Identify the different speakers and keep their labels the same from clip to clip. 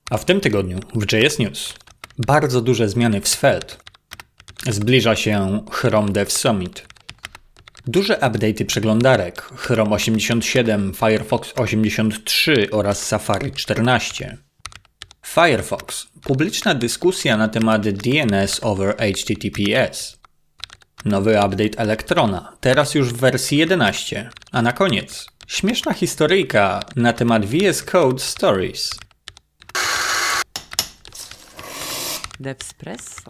Speaker 1: A w tym tygodniu w JS News bardzo duże zmiany w Svelte. Zbliża się Chrome Dev Summit. Duże update'y przeglądarek Chrome 87, Firefox 83 oraz Safari 14. Firefox. Publiczna dyskusja na temat DNS over HTTPS. Nowy update Electrona, teraz już w wersji 11. A na koniec śmieszna historyjka na temat VS Code Stories.
Speaker 2: Devspresso.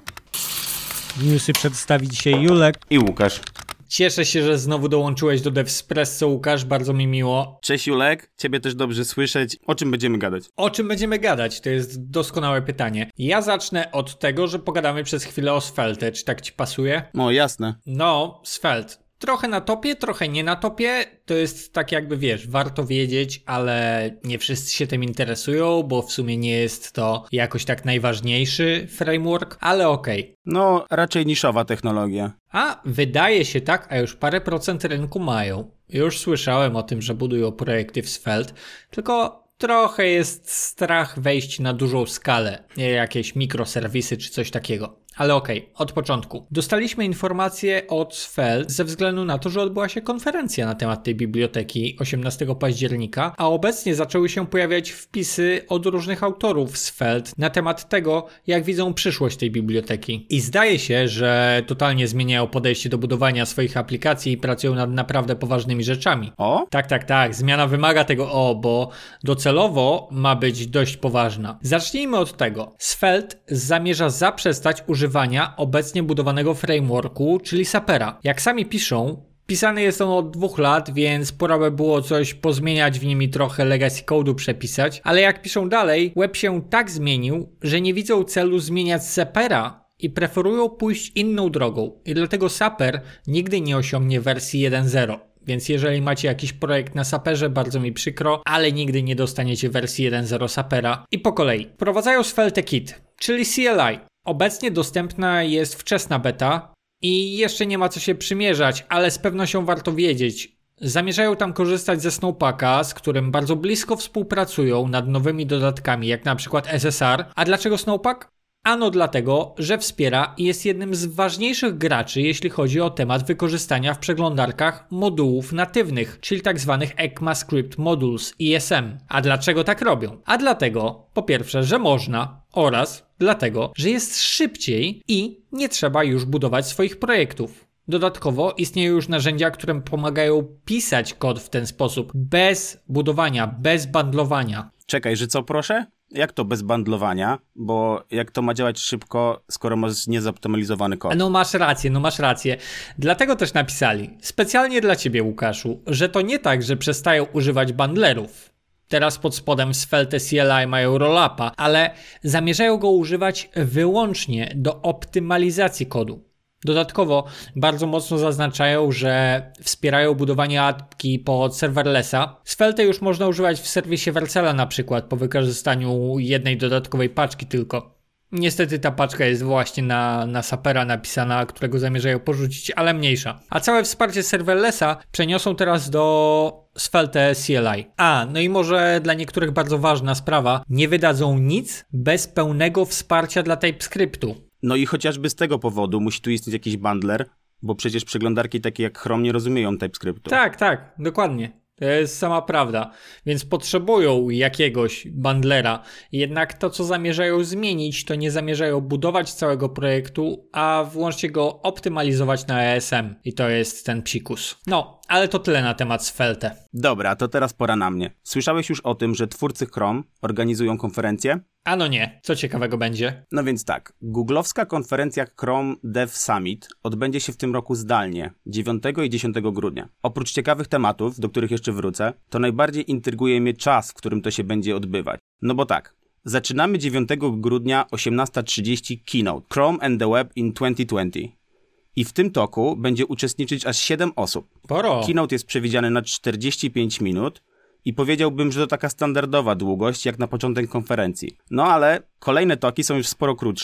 Speaker 3: Newsy przedstawi dzisiaj Julek
Speaker 4: i Łukasz.
Speaker 1: Cieszę się, że znowu dołączyłeś do Devspresso, Łukasz, bardzo mi miło.
Speaker 4: Cześć Julek, ciebie też dobrze słyszeć. O czym będziemy gadać?
Speaker 1: O czym będziemy gadać? To jest doskonałe pytanie. Ja zacznę od tego, że pogadamy przez chwilę o Svelte. Czy tak ci pasuje?
Speaker 4: O, jasne.
Speaker 1: No, Svelte. Trochę na topie, trochę nie na topie. To jest tak jakby, wiesz, warto wiedzieć, ale nie wszyscy się tym interesują, bo w sumie nie jest to jakoś tak najważniejszy framework, ale okej.
Speaker 4: No, raczej niszowa technologia.
Speaker 1: A wydaje się tak, a już parę procent rynku mają. Już słyszałem o tym, że budują projekty w Svelte, tylko trochę jest strach wejść na dużą skalę, jakieś mikroserwisy czy coś takiego. Ale okej, od początku. Dostaliśmy informację od Svelte ze względu na to, że odbyła się konferencja na temat tej biblioteki 18 października, a obecnie zaczęły się pojawiać wpisy od różnych autorów z Svelte na temat tego, jak widzą przyszłość tej biblioteki. I zdaje się, że totalnie zmieniają podejście do budowania swoich aplikacji i pracują nad naprawdę poważnymi rzeczami.
Speaker 4: O?
Speaker 1: Tak. Zmiana wymaga tego bo docelowo ma być dość poważna. Zacznijmy od tego. Svelte zamierza zaprzestać używania obecnie budowanego frameworku, czyli Sapera. Jak sami piszą, pisany jest on od 2 lat, więc pora by było coś pozmieniać w nim i trochę legacy code'u przepisać, ale jak piszą dalej, web się tak zmienił, że nie widzą celu zmieniać Sapera i preferują pójść inną drogą i dlatego Saper nigdy nie osiągnie wersji 1.0. Więc jeżeli macie jakiś projekt na Saperze, bardzo mi przykro, ale nigdy nie dostaniecie wersji 1.0 Sapera. I po kolei. Wprowadzają Svelte Kit, czyli CLI. Obecnie dostępna jest wczesna beta i jeszcze nie ma co się przymierzać, ale z pewnością warto wiedzieć. Zamierzają tam korzystać ze Snowpacka, z którym bardzo blisko współpracują nad nowymi dodatkami, jak na przykład SSR. A dlaczego Snowpack? Ano dlatego, że wspiera i jest jednym z ważniejszych graczy, jeśli chodzi o temat wykorzystania w przeglądarkach modułów natywnych, czyli tzw. ECMAScript Modules ESM. A dlaczego tak robią? A dlatego, po pierwsze, że można oraz dlatego, że jest szybciej i nie trzeba już budować swoich projektów. Dodatkowo istnieją już narzędzia, które pomagają pisać kod w ten sposób, bez budowania, bez bundlowania.
Speaker 4: Czekaj, że co proszę? Jak to bez bundlowania? Bo jak to ma działać szybko, skoro masz niezoptymalizowany kod?
Speaker 1: No masz rację. Dlatego też napisali, specjalnie dla ciebie Łukaszu, że to nie tak, że przestają używać bundlerów. Teraz pod spodem Svelte CLI mają roll-upa, ale zamierzają go używać wyłącznie do optymalizacji kodu. Dodatkowo bardzo mocno zaznaczają, że wspierają budowanie apki pod serverlessa. Svelte już można używać w serwisie Vercela na przykład po wykorzystaniu jednej dodatkowej paczki tylko. Niestety ta paczka jest właśnie na Sapera napisana, którego zamierzają porzucić, ale mniejsza. A całe wsparcie serverlessa przeniosą teraz do Svelte CLI. No i może dla niektórych bardzo ważna sprawa, nie wydadzą nic bez pełnego wsparcia dla TypeScriptu.
Speaker 4: No i chociażby z tego powodu musi tu istnieć jakiś bundler, bo przecież przeglądarki takie jak Chrome nie rozumieją TypeScriptu.
Speaker 1: Tak, dokładnie. To jest sama prawda. Więc potrzebują jakiegoś bundlera. Jednak to, co zamierzają zmienić, to nie zamierzają budować całego projektu, a wyłącznie go optymalizować na ESM. I to jest ten psikus. No, ale to tyle na temat Svelte.
Speaker 4: Dobra, to teraz pora na mnie. Słyszałeś już o tym, że twórcy Chrome organizują konferencję?
Speaker 1: No nie. Co ciekawego będzie?
Speaker 4: No więc tak. Googlowska konferencja Chrome Dev Summit odbędzie się w tym roku zdalnie, 9 i 10 grudnia. Oprócz ciekawych tematów, do których jeszcze wrócę, to najbardziej intryguje mnie czas, w którym to się będzie odbywać. No bo tak. Zaczynamy 9 grudnia 18:30 Keynote Chrome and the Web in 2020. I w tym toku będzie uczestniczyć aż 7 osób.
Speaker 1: Sporo.
Speaker 4: Keynote jest przewidziany na 45 minut i powiedziałbym, że to taka standardowa długość jak na początek konferencji. No ale kolejne toki są już sporo krótsze.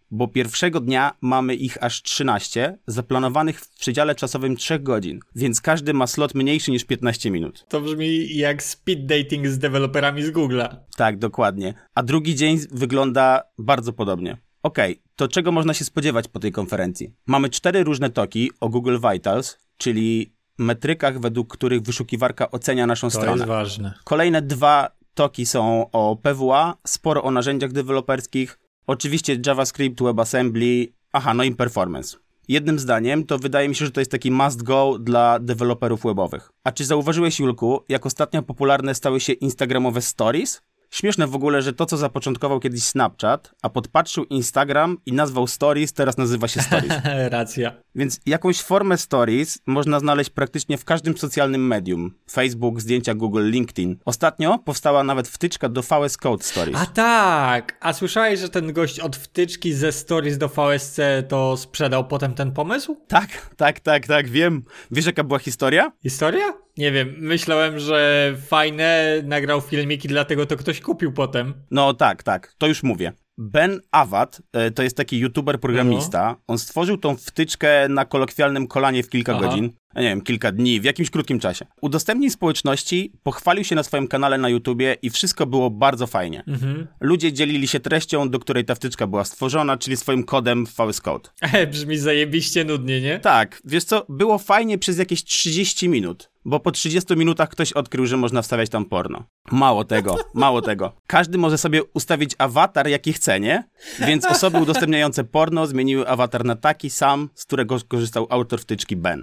Speaker 4: bo pierwszego dnia mamy ich aż 13, zaplanowanych w przedziale czasowym 3 godzin, więc każdy ma slot mniejszy niż 15 minut.
Speaker 1: To brzmi jak speed dating z deweloperami z Google'a.
Speaker 4: Tak, dokładnie. A drugi dzień wygląda bardzo podobnie. Okej, to czego można się spodziewać po tej konferencji? Mamy 4 różne toki o Google Vitals, czyli metrykach, według których wyszukiwarka ocenia naszą stronę.
Speaker 1: To jest ważne.
Speaker 4: Kolejne 2 toki są o PWA, sporo o narzędziach deweloperskich, oczywiście JavaScript, WebAssembly, no i performance. Jednym zdaniem to wydaje mi się, że to jest taki must go dla deweloperów webowych. A czy zauważyłeś, Julku, jak ostatnio popularne stały się instagramowe stories? Śmieszne w ogóle, że to, co zapoczątkował kiedyś Snapchat, a podpatrzył Instagram i nazwał Stories, teraz nazywa się Stories.
Speaker 1: Racja.
Speaker 4: Więc jakąś formę Stories można znaleźć praktycznie w każdym socjalnym medium. Facebook, zdjęcia Google, LinkedIn. Ostatnio powstała nawet wtyczka do VS Code Stories.
Speaker 1: A tak! A słyszałeś, że ten gość od wtyczki ze Stories do VSC to sprzedał potem ten pomysł?
Speaker 4: Tak, wiem. Wiesz, jaka była historia?
Speaker 1: Historia? Nie wiem, myślałem, że fajne, nagrał filmiki, dlatego to ktoś kupił potem.
Speaker 4: No tak, to już mówię. Ben Awad, to jest taki youtuber, programista, on stworzył tą wtyczkę na kolokwialnym kolanie w kilka godzin, nie wiem, kilka dni, w jakimś krótkim czasie. Udostępnił społeczności, pochwalił się na swoim kanale na YouTubie i wszystko było bardzo fajnie. Ludzie dzielili się treścią, do której ta wtyczka była stworzona, czyli swoim kodem w VS Code.
Speaker 1: Brzmi zajebiście nudnie, nie?
Speaker 4: Tak, wiesz co, było fajnie przez jakieś 30 minut. Bo po 30 minutach ktoś odkrył, że można wstawiać tam porno. Mało tego. Każdy może sobie ustawić awatar, jaki chce, nie? Więc osoby udostępniające porno zmieniły awatar na taki sam, z którego korzystał autor wtyczki Ben.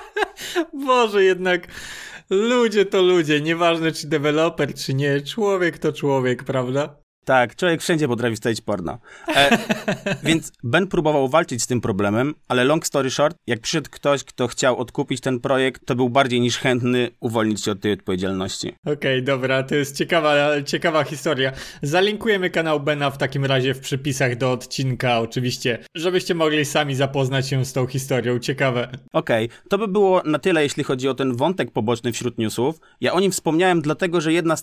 Speaker 1: Boże, jednak ludzie to ludzie. Nieważne, czy deweloper, czy nie. Człowiek to człowiek, prawda?
Speaker 4: Tak, człowiek wszędzie potrafi wstawić porno. Więc Ben próbował walczyć z tym problemem, ale long story short, jak przyszedł ktoś, kto chciał odkupić ten projekt, to był bardziej niż chętny uwolnić się od tej odpowiedzialności.
Speaker 1: Okej, dobra, to jest ciekawa historia. Zalinkujemy kanał Bena w takim razie w przypisach do odcinka, oczywiście, żebyście mogli sami zapoznać się z tą historią. Ciekawe.
Speaker 4: Okej, to by było na tyle, jeśli chodzi o ten wątek poboczny wśród newsów. Ja o nim wspomniałem dlatego, że jeden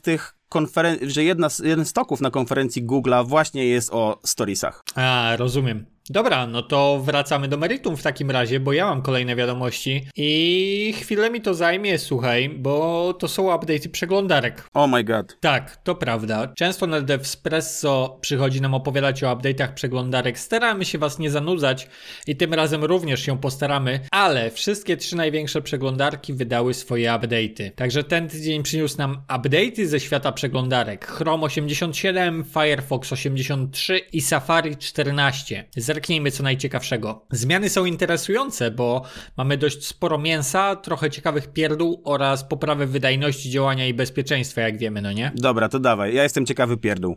Speaker 4: z toków na konferencji Google'a właśnie jest o storiesach.
Speaker 1: Rozumiem. Dobra, no to wracamy do meritum w takim razie, bo ja mam kolejne wiadomości i chwilę mi to zajmie, słuchaj, bo to są update'y przeglądarek.
Speaker 4: Oh my god.
Speaker 1: Tak, to prawda. Często na Devspresso przychodzi nam opowiadać o update'ach przeglądarek. Staramy się was nie zanudzać i tym razem również się postaramy, ale wszystkie 3 największe przeglądarki wydały swoje update'y. Także ten tydzień przyniósł nam update'y ze świata przeglądarek. Chrome 87, Firefox 83 i Safari 14. Zerknijmy co najciekawszego. Zmiany są interesujące, bo mamy dość sporo mięsa, trochę ciekawych pierdół oraz poprawę wydajności działania i bezpieczeństwa, jak wiemy, no nie?
Speaker 4: Dobra, to dawaj. Ja jestem ciekawy pierdół.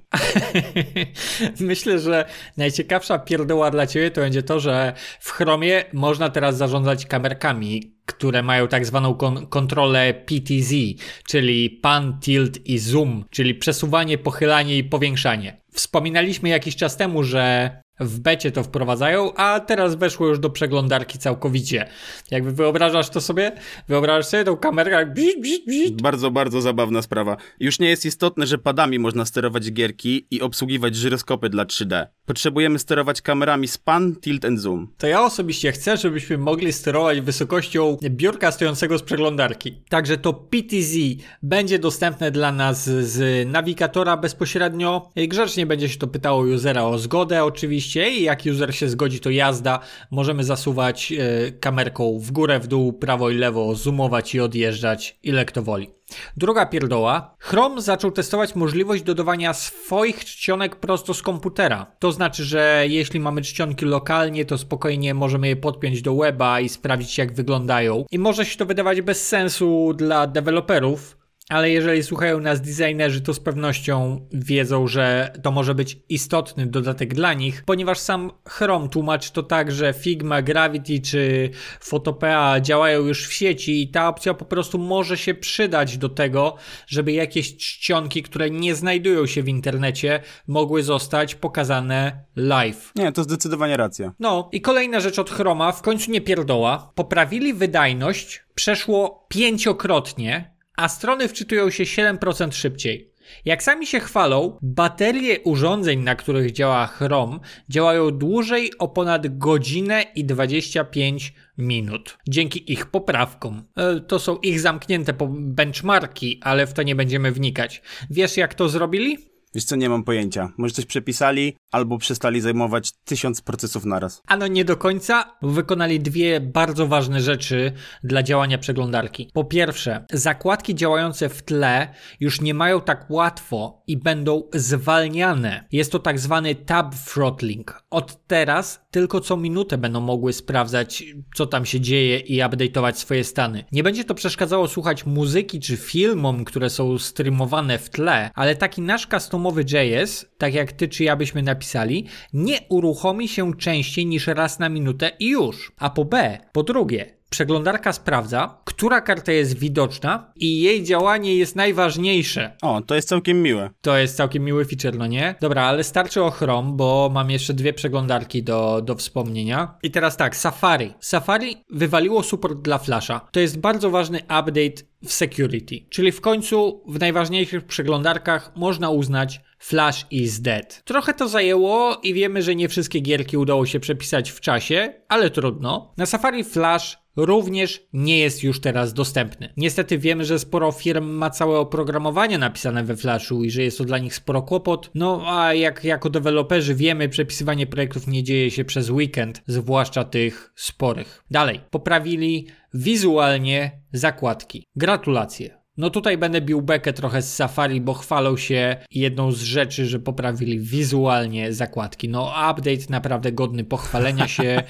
Speaker 1: Myślę, że najciekawsza pierdoła dla ciebie to będzie to, że w Chromie można teraz zarządzać kamerkami, które mają tak zwaną kontrolę PTZ, czyli Pan, Tilt i Zoom, czyli przesuwanie, pochylanie i powiększanie. Wspominaliśmy jakiś czas temu, że w becie to wprowadzają, a teraz weszło już do przeglądarki całkowicie. Jakby wyobrażasz sobie tą kamerę,
Speaker 4: Bardzo, bardzo zabawna sprawa. Już nie jest istotne, że padami można sterować gierki i obsługiwać żyroskopy dla 3D. Potrzebujemy sterować kamerami z Pan, Tilt and Zoom.
Speaker 1: To ja osobiście chcę, żebyśmy mogli sterować wysokością biurka stojącego z przeglądarki. Także to PTZ będzie dostępne dla nas z nawigatora bezpośrednio. Grzecznie będzie się to pytało usera o zgodę oczywiście i jak user się zgodzi, to jazda. Możemy zasuwać kamerką w górę, w dół, prawo i lewo, zoomować i odjeżdżać, ile kto woli. Druga pierdoła. Chrome zaczął testować możliwość dodawania swoich czcionek prosto z komputera. To znaczy, że jeśli mamy czcionki lokalnie, to spokojnie możemy je podpiąć do weba i sprawdzić, jak wyglądają. I może się to wydawać bez sensu dla deweloperów, ale jeżeli słuchają nas designerzy, to z pewnością wiedzą, że to może być istotny dodatek dla nich, ponieważ sam Chrome tłumaczy to tak, że Figma, Gravity czy Photopea działają już w sieci i ta opcja po prostu może się przydać do tego, żeby jakieś czcionki, które nie znajdują się w internecie, mogły zostać pokazane live.
Speaker 4: Nie, to zdecydowanie racja.
Speaker 1: No i kolejna rzecz od Chroma, w końcu nie pierdoła. Poprawili wydajność, przeszło 5-krotnie, a strony wczytują się 7% szybciej. Jak sami się chwalą, baterie urządzeń, na których działa Chrome, działają dłużej o ponad godzinę i 25 minut. Dzięki ich poprawkom. To są ich zamknięte benchmarki, ale w to nie będziemy wnikać. Wiesz, jak to zrobili?
Speaker 4: Wiesz co, nie mam pojęcia. Może coś przepisali, albo przestali zajmować 1000 procesów naraz.
Speaker 1: Ano nie do końca, wykonali dwie bardzo ważne rzeczy dla działania przeglądarki. Po pierwsze, zakładki działające w tle już nie mają tak łatwo i będą zwalniane. Jest to tak zwany tab throttling. Od teraz tylko co minutę będą mogły sprawdzać, co tam się dzieje i update'ować swoje stany. Nie będzie to przeszkadzało słuchać muzyki czy filmom, które są streamowane w tle, ale taki nasz customowy JS, tak jak ty czy ja byśmy napisali, nie uruchomi się częściej niż raz na minutę i już. A po drugie, przeglądarka sprawdza, która karta jest widoczna i jej działanie jest najważniejsze.
Speaker 4: O, to jest całkiem miłe.
Speaker 1: To jest całkiem miły feature, no nie? Dobra, ale starczy o Chrome, bo mam jeszcze dwie przeglądarki do wspomnienia. I teraz tak, Safari. Safari wywaliło support dla Flasha. To jest bardzo ważny update w security. Czyli w końcu w najważniejszych przeglądarkach można uznać Flash is dead. Trochę to zajęło i wiemy, że nie wszystkie gierki udało się przepisać w czasie, ale trudno. Na Safari Flash również nie jest już teraz dostępny. Niestety wiemy, że sporo firm ma całe oprogramowanie napisane we Flashu i że jest to dla nich sporo kłopot. No a jak jako deweloperzy wiemy, przepisywanie projektów nie dzieje się przez weekend, zwłaszcza tych sporych. Dalej, poprawili wizualnie zakładki. Gratulacje. No tutaj będę bił bekę trochę z Safari, bo chwalą się jedną z rzeczy, że poprawili wizualnie zakładki. No update naprawdę godny pochwalenia się,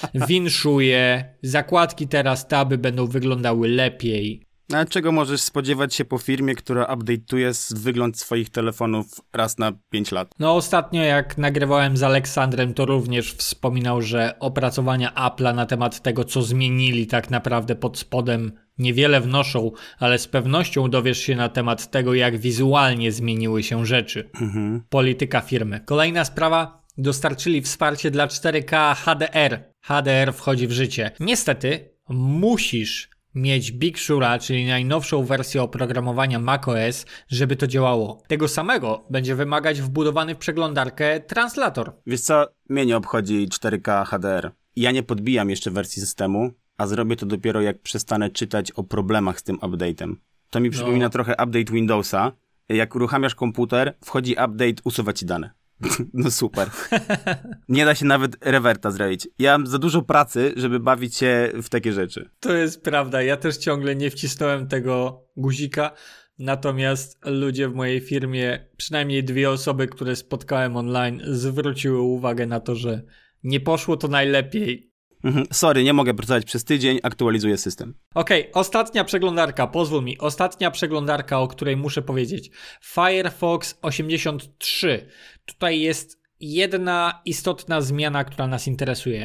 Speaker 1: winszuje, zakładki teraz, taby będą wyglądały lepiej.
Speaker 4: A czego możesz spodziewać się po firmie, która update'uje wygląd swoich telefonów raz na 5 lat?
Speaker 1: No ostatnio jak nagrywałem z Aleksandrem, to również wspominał, że opracowania Apple'a na temat tego, co zmienili tak naprawdę pod spodem, niewiele wnoszą, ale z pewnością dowiesz się na temat tego, jak wizualnie zmieniły się rzeczy. Polityka firmy. Kolejna sprawa, dostarczyli wsparcie dla 4K HDR. HDR wchodzi w życie. Niestety musisz mieć Big Sura, czyli najnowszą wersję oprogramowania macOS, żeby to działało. Tego samego będzie wymagać wbudowany w przeglądarkę translator.
Speaker 4: Wiesz co, mnie nie obchodzi 4K HDR. Ja nie podbijam jeszcze wersji systemu, a zrobię to dopiero jak przestanę czytać o problemach z tym update'em. To mi przypomina trochę update Windowsa. Jak uruchamiasz komputer, wchodzi update, usuwa ci dane. No super. Nie da się nawet rewerta zrobić. Ja mam za dużo pracy, żeby bawić się w takie rzeczy.
Speaker 1: To jest prawda. Ja też ciągle nie wcisnąłem tego guzika. Natomiast ludzie w mojej firmie, przynajmniej 2 osoby, które spotkałem online, zwróciły uwagę na to, że nie poszło to najlepiej.
Speaker 4: Sorry, nie mogę pracować przez tydzień, aktualizuję system.
Speaker 1: Okej, ostatnia przeglądarka, pozwól mi. Ostatnia przeglądarka, o której muszę powiedzieć. Firefox 83. Tutaj jest jedna istotna zmiana, która nas interesuje.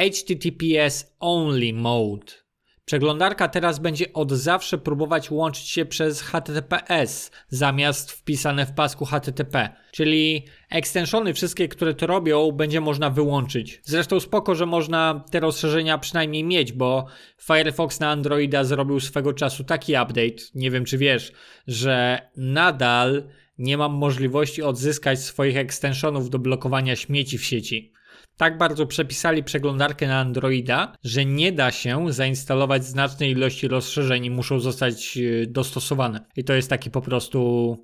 Speaker 1: HTTPS Only Mode. Przeglądarka teraz będzie od zawsze próbować łączyć się przez HTTPS zamiast wpisane w pasku HTTP. Czyli ekstensiony wszystkie, które to robią, będzie można wyłączyć. Zresztą spoko, że można te rozszerzenia przynajmniej mieć, bo Firefox na Androida zrobił swego czasu taki update, nie wiem czy wiesz, że nadal nie mam możliwości odzyskać swoich ekstensionów do blokowania śmieci w sieci. Tak bardzo przepisali przeglądarkę na Androida, że nie da się zainstalować znacznej ilości rozszerzeń i muszą zostać dostosowane. I to jest taki po prostu...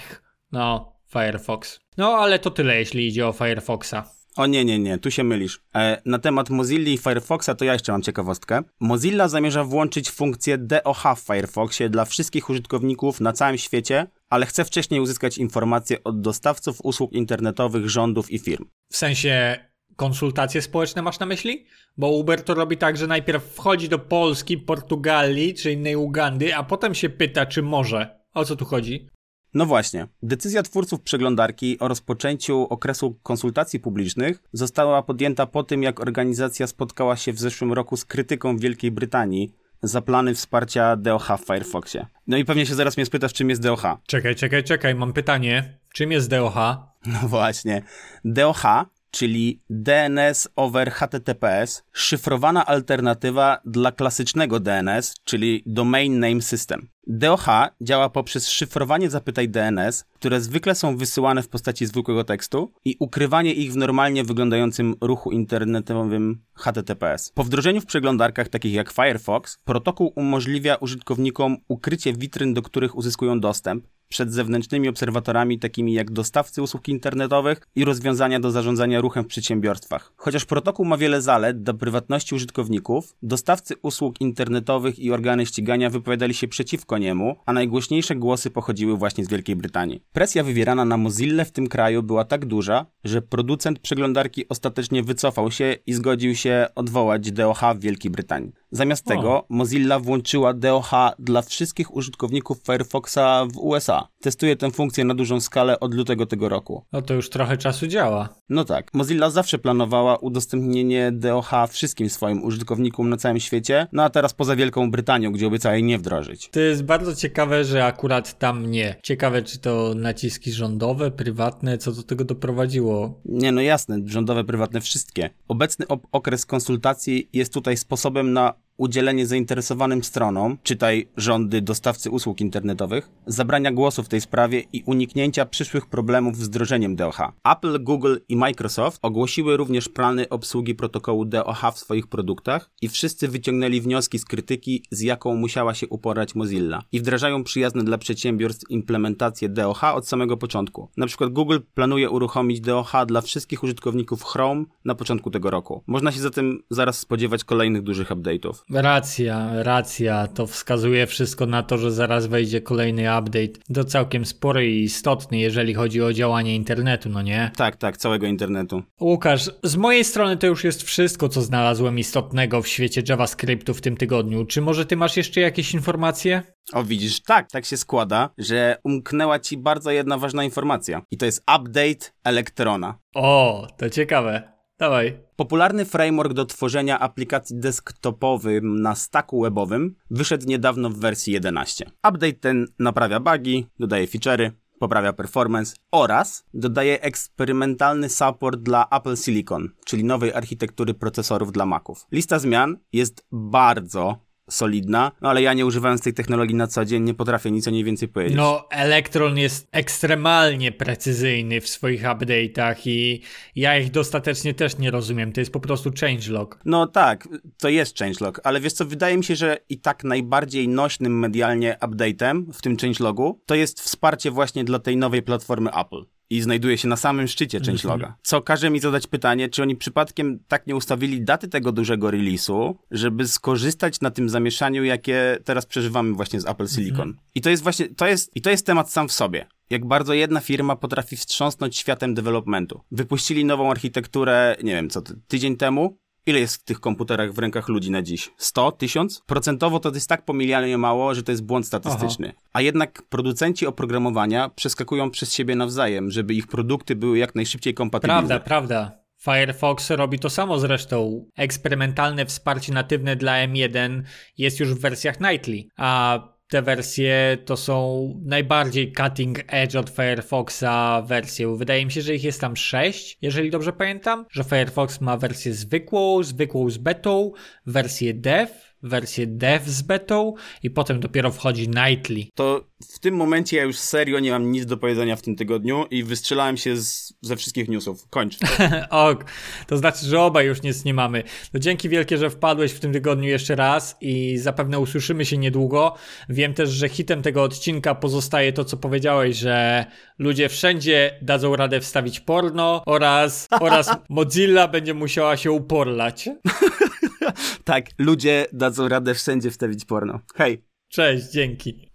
Speaker 1: Firefox. No ale to tyle, jeśli idzie o Firefoxa.
Speaker 4: O nie, tu się mylisz. Na temat Mozilla i Firefoxa to ja jeszcze mam ciekawostkę. Mozilla zamierza włączyć funkcję DOH w Firefoxie dla wszystkich użytkowników na całym świecie, ale chce wcześniej uzyskać informacje od dostawców usług internetowych, rządów i firm.
Speaker 1: W sensie... Konsultacje społeczne masz na myśli? Bo Uber to robi tak, że najpierw wchodzi do Polski, Portugalii czy innej Ugandy, a potem się pyta, czy może. O co tu chodzi?
Speaker 4: No właśnie. Decyzja twórców przeglądarki o rozpoczęciu okresu konsultacji publicznych została podjęta po tym, jak organizacja spotkała się w zeszłym roku z krytyką Wielkiej Brytanii za plany wsparcia DOH w Firefoxie. No i pewnie się zaraz mnie spytasz, czym jest DOH.
Speaker 1: Czekaj, mam pytanie. Czym jest DOH?
Speaker 4: No właśnie. DOH, czyli DNS over HTTPS, szyfrowana alternatywa dla klasycznego DNS, czyli Domain Name System. DOH działa poprzez szyfrowanie zapytań DNS, które zwykle są wysyłane w postaci zwykłego tekstu i ukrywanie ich w normalnie wyglądającym ruchu internetowym HTTPS. Po wdrożeniu w przeglądarkach takich jak Firefox, protokół umożliwia użytkownikom ukrycie witryn, do których uzyskują dostęp, przed zewnętrznymi obserwatorami takimi jak dostawcy usług internetowych i rozwiązania do zarządzania ruchem w przedsiębiorstwach. Chociaż protokół ma wiele zalet dla prywatności użytkowników, dostawcy usług internetowych i organy ścigania wypowiadali się przeciwko niemu, a najgłośniejsze głosy pochodziły właśnie z Wielkiej Brytanii. Presja wywierana na Mozillę w tym kraju była tak duża, że producent przeglądarki ostatecznie wycofał się i zgodził się odwołać DOH w Wielkiej Brytanii. Zamiast tego Mozilla włączyła DOH dla wszystkich użytkowników Firefoxa w USA. Testuje tę funkcję na dużą skalę od lutego tego roku.
Speaker 1: No to już trochę czasu działa.
Speaker 4: No tak. Mozilla zawsze planowała udostępnienie DOH wszystkim swoim użytkownikom na całym świecie, no a teraz poza Wielką Brytanią, gdzie obiecała jej nie wdrożyć.
Speaker 1: To jest bardzo ciekawe, że akurat tam nie. Ciekawe, czy to naciski rządowe, prywatne, co do tego doprowadziło.
Speaker 4: Nie, no jasne, rządowe, prywatne, wszystkie. Obecny okres konsultacji jest tutaj sposobem na udzielenie zainteresowanym stronom, czytaj rządy, dostawcy usług internetowych, zabrania głosu w tej sprawie i uniknięcia przyszłych problemów z wdrożeniem DOH. Apple, Google i Microsoft ogłosiły również plany obsługi protokołu DOH w swoich produktach i wszyscy wyciągnęli wnioski z krytyki, z jaką musiała się uporać Mozilla i wdrażają przyjazne dla przedsiębiorstw implementację DOH od samego początku. Na przykład Google planuje uruchomić DOH dla wszystkich użytkowników Chrome na początku tego roku. Można się zatem zaraz spodziewać kolejnych dużych update'ów.
Speaker 1: Racja. To wskazuje wszystko na to, że zaraz wejdzie kolejny update. To całkiem spory i istotny, jeżeli chodzi o działanie internetu, no nie?
Speaker 4: Tak, całego internetu.
Speaker 1: Łukasz, z mojej strony to już jest wszystko, co znalazłem istotnego w świecie JavaScriptu w tym tygodniu. Czy może ty masz jeszcze jakieś informacje?
Speaker 4: O, widzisz, tak się składa, że umknęła ci bardzo jedna ważna informacja. I to jest update Electrona.
Speaker 1: O, to ciekawe. Dawaj.
Speaker 4: Popularny framework do tworzenia aplikacji desktopowych na stacku webowym wyszedł niedawno w wersji 11. Update ten naprawia bugi, dodaje feature'y, poprawia performance oraz dodaje eksperymentalny support dla Apple Silicon, czyli nowej architektury procesorów dla Maców. Lista zmian jest bardzo solidna, no ale ja nie używając tej technologii na co dzień nie potrafię nic o niej więcej powiedzieć.
Speaker 1: No, Electron jest ekstremalnie precyzyjny w swoich update'ach i ja ich dostatecznie też nie rozumiem. To jest po prostu changelog.
Speaker 4: No tak, to jest changelog, ale wiesz co, wydaje mi się, że i tak najbardziej nośnym medialnie update'em w tym changelogu to jest wsparcie właśnie dla tej nowej platformy Apple. I znajduje się na samym szczycie changeloga. Co każe mi zadać pytanie, czy oni przypadkiem tak nie ustawili daty tego dużego release'u, żeby skorzystać na tym zamieszaniu, jakie teraz przeżywamy właśnie z Apple Silicon. I to jest właśnie, to jest temat sam w sobie. Jak bardzo jedna firma potrafi wstrząsnąć światem developmentu. Wypuścili nową architekturę, nie wiem co, tydzień temu. Ile jest w tych komputerach w rękach ludzi na dziś? 100? 1000? Procentowo to jest tak pomijanie mało, że to jest błąd statystyczny. A jednak producenci oprogramowania przeskakują przez siebie nawzajem, żeby ich produkty były jak najszybciej kompatybilne.
Speaker 1: Prawda. Firefox robi to samo zresztą. Eksperymentalne wsparcie natywne dla M1 jest już w wersjach Nightly, a te wersje to są najbardziej cutting edge od Firefoxa wersje. Wydaje mi się, że ich jest tam 6, jeżeli dobrze pamiętam, że Firefox ma wersję zwykłą z betą, wersję dev z betą i potem dopiero wchodzi Nightly.
Speaker 4: To w tym momencie ja już serio nie mam nic do powiedzenia w tym tygodniu i wystrzelałem się ze wszystkich newsów. Kończ to.
Speaker 1: Ok, to znaczy, że obaj już nic nie mamy. No dzięki wielkie, że wpadłeś w tym tygodniu jeszcze raz i zapewne usłyszymy się niedługo. Wiem też, że hitem tego odcinka pozostaje to, co powiedziałeś, że ludzie wszędzie dadzą radę wstawić porno oraz Mozilla będzie musiała się uporlać.
Speaker 4: Tak, ludzie dadzą radę wszędzie wstawić porno. Hej!
Speaker 1: Cześć, dzięki.